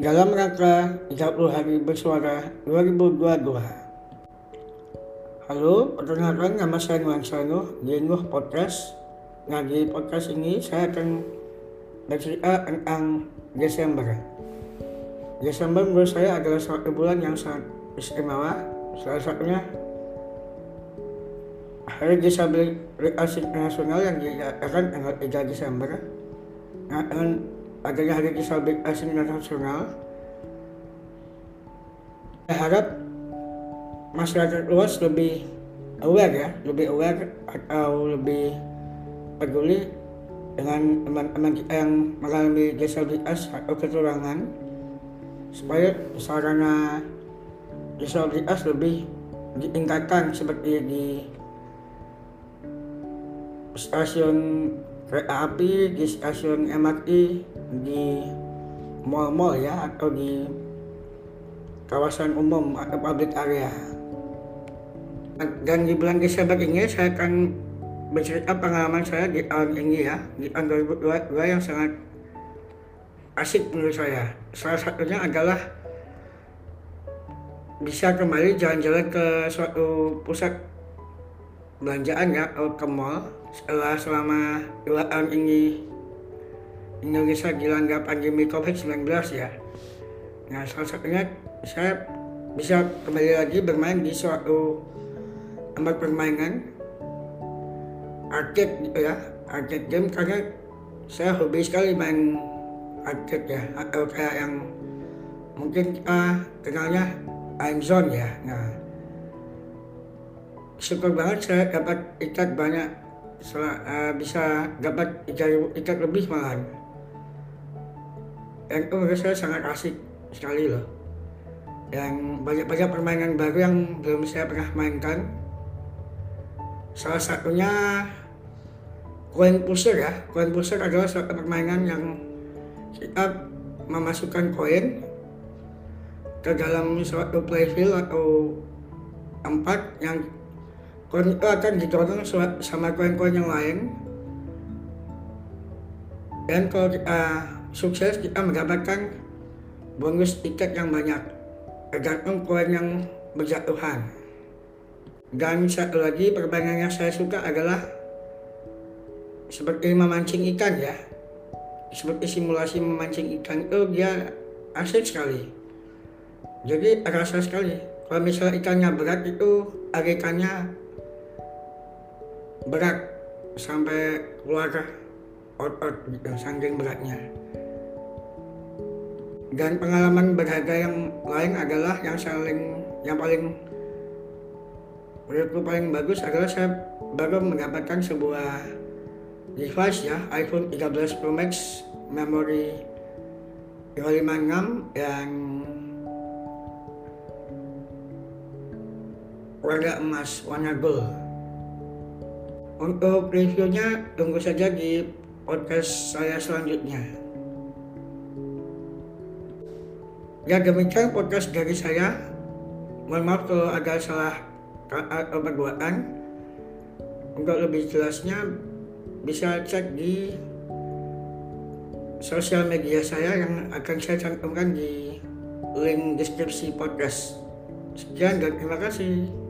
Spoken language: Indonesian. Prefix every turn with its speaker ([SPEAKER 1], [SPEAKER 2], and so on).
[SPEAKER 1] dalam rangka 30 hari bersuara 2022. Halo, perkenalkan nama saya Nuan Sano di Nuh Podcast. Nah, di podcast ini saya akan bercerita tentang Desember. Desember menurut saya adalah suatu bulan yang sangat istimewa. Salah satunya Hari Disabilitas Internasional yang dirayakan tanggal 3 Desember. Nah, dengan adanya Hari Disabilitas Internasional, saya harap masyarakat luas lebih aware atau lebih peduli dengan teman-teman kita yang mengalami disabilitas atau kekurangan, supaya sarana disabilitas lebih ditingkatkan seperti di stasiun kereta api, di stasiun MRT, di mall-mall ya, atau di kawasan umum atau public area. Dan di bulan Desember ini saya akan bercerita pengalaman saya di tahun ini ya, di tahun 2022 yang sangat asik menurut saya. Salah satunya adalah bisa kembali jalan-jalan ke suatu pusat belanjaan ya, atau ke mall setelah selama 2 tahun ini Indonesia dilanda pandemi COVID-19 ya. Nah, salah satunya saya bisa kembali lagi bermain di suatu tempat permainan arcade gitu ya, arcade game, karena saya hobi sekali main arcade ya, atau kayak yang mungkin kita kenalnya Zone ya. Nah, syukur banget saya dapat ikat banyak, bisa dapat 3.000 ikat lebih malahan. Dan itu menurut saya sangat asik sekali loh. Dan banyak-banyak permainan baru yang belum saya pernah mainkan. Salah satunya coin pusher ya. Coin pusher adalah suatu permainan yang kita memasukkan koin ke dalam suatu playfield atau tempat yang koin itu akan ditodong sama koin-koin yang lain. Dan kalau kita sukses, kita mendapatkan bonus tiket yang banyak tergantung koin yang berjatuhan. Dan satu lagi permainan yang saya suka adalah seperti memancing ikan ya, seperti simulasi memancing ikan. Itu dia asik sekali, jadi rasa sekali. Kalau misalnya ikannya berat, itu arikannya berat sampai keluar otot gitu, saking beratnya. Dan pengalaman berharga yang lain adalah yang paling menurutku paling bagus adalah saya baru mendapatkan sebuah device ya, iPhone 13 Pro Max memori 256 yang warna emas, warna gold. Untuk reviewnya tunggu saja di podcast saya selanjutnya. Ya, demikian podcast dari saya. Mohon maaf kalau ada salah kata atau perbuatan. Untuk lebih jelasnya bisa cek di sosial media saya yang akan saya cantumkan di link deskripsi podcast. Sekian dan terima kasih.